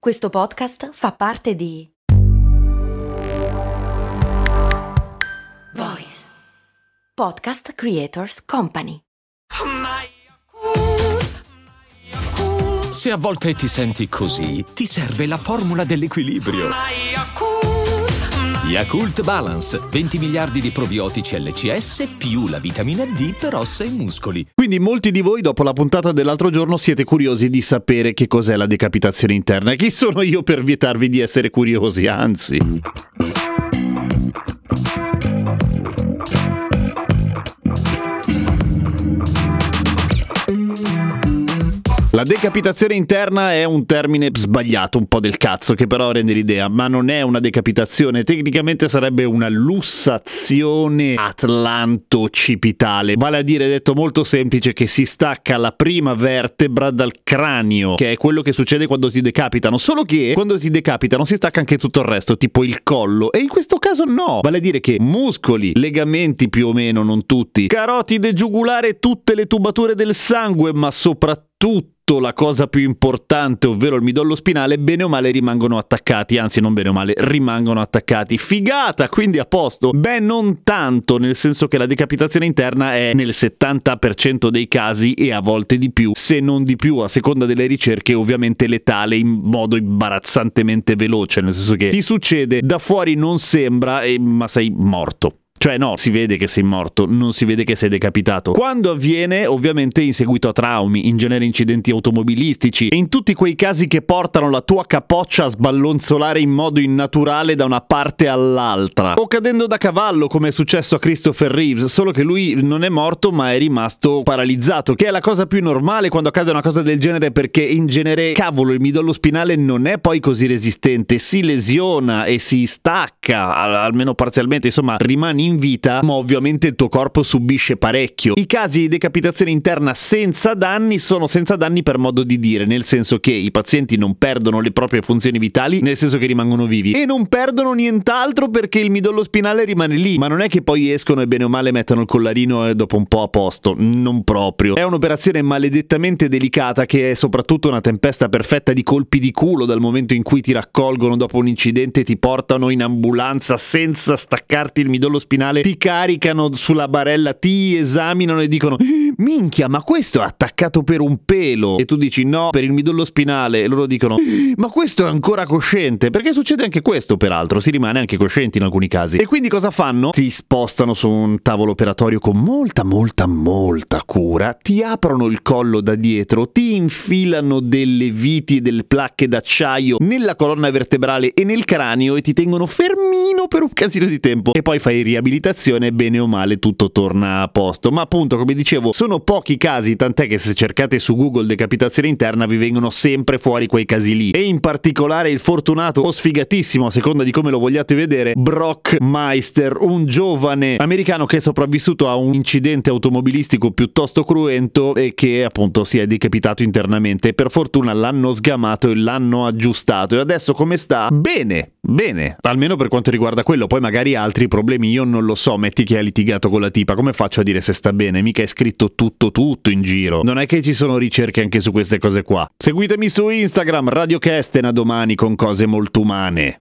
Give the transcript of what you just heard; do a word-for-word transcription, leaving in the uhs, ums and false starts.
Questo podcast fa parte di Voice Podcast Creators Company. Se a volte ti senti così, ti serve la formula dell'equilibrio. Yakult Balance, venti miliardi di probiotici L C S più la vitamina D per ossa e muscoli. Quindi molti di voi dopo la puntata dell'altro giorno siete curiosi di sapere che cos'è la decapitazione interna. Chi sono io per vietarvi di essere curiosi? Anzi. La decapitazione interna è un termine sbagliato, un po' del cazzo, che però rende l'idea, ma non è una decapitazione, tecnicamente sarebbe una lussazione atlanto-occipitale, vale a dire, detto molto semplice, che si stacca la prima vertebra dal cranio, che è quello che succede quando ti decapitano, solo che quando ti decapitano si stacca anche tutto il resto, tipo il collo, e in questo caso no, vale a dire che muscoli, legamenti più o meno, non tutti, carotide giugulare, tutte le tubature del sangue, ma soprattutto la cosa più importante, ovvero il midollo spinale, bene o male rimangono attaccati, anzi non bene o male, rimangono attaccati. Figata, quindi a posto? Beh, non tanto, nel senso che la decapitazione interna è nel settanta per cento dei casi, e a volte di più, se non di più, a seconda delle ricerche, ovviamente letale in modo imbarazzantemente veloce, nel senso che ti succede, da fuori non sembra, eh, ma sei morto. Cioè no, si vede che sei morto, non si vede che sei decapitato. Quando avviene, ovviamente in seguito a traumi, in genere incidenti automobilistici, e in tutti quei casi che portano la tua capoccia a sballonzolare in modo innaturale da una parte all'altra. O cadendo da cavallo, come è successo a Christopher Reeves, solo che lui non è morto ma è rimasto paralizzato, che è la cosa più normale quando accade una cosa del genere, perché in genere, cavolo, il midollo spinale non è poi così resistente, si lesiona e si stacca, almeno parzialmente, insomma, rimani in vita, ma ovviamente il tuo corpo subisce parecchio. I casi di decapitazione interna senza danni sono senza danni per modo di dire, nel senso che i pazienti non perdono le proprie funzioni vitali, nel senso che rimangono vivi, e non perdono nient'altro perché il midollo spinale rimane lì, ma non è che poi escono e bene o male mettono il collarino e dopo un po' a posto, non proprio. È un'operazione maledettamente delicata che è soprattutto una tempesta perfetta di colpi di culo, dal momento in cui ti raccolgono dopo un incidente e ti portano in ambulanza senza staccarti il midollo spinale, ti caricano sulla barella, ti esaminano e dicono minchia, ma questo è attaccato per un pelo, e tu dici no, per il midollo spinale, e loro dicono ma questo è ancora cosciente, perché succede anche questo, peraltro si rimane anche coscienti in alcuni casi. E quindi cosa fanno? Ti spostano su un tavolo operatorio con molta molta molta cura, ti aprono il collo da dietro, ti infilano delle viti e delle placche d'acciaio nella colonna vertebrale e nel cranio e ti tengono fermino per un casino di tempo, e poi fai riabilitazione, bene o male tutto torna a posto. Ma appunto, come dicevo, sono pochi casi, tant'è che se cercate su Google decapitazione interna vi vengono sempre fuori quei casi lì, e in particolare il fortunato o sfigatissimo, a seconda di come lo vogliate vedere, Brock Meister, un giovane americano che è sopravvissuto a un incidente automobilistico piuttosto cruento e che appunto si è decapitato internamente. Per fortuna l'hanno sgamato e l'hanno aggiustato, e adesso come sta? Bene, bene, almeno per quanto riguarda quello. Poi magari altri problemi io non lo so, metti che ha litigato con la tipa, come faccio a dire se sta bene? Mica è scritto tutto tutto in giro, non è che ci sono ricerche anche su queste cose qua. Seguitemi su Instagram, Radio Kesten, a domani con cose molto umane.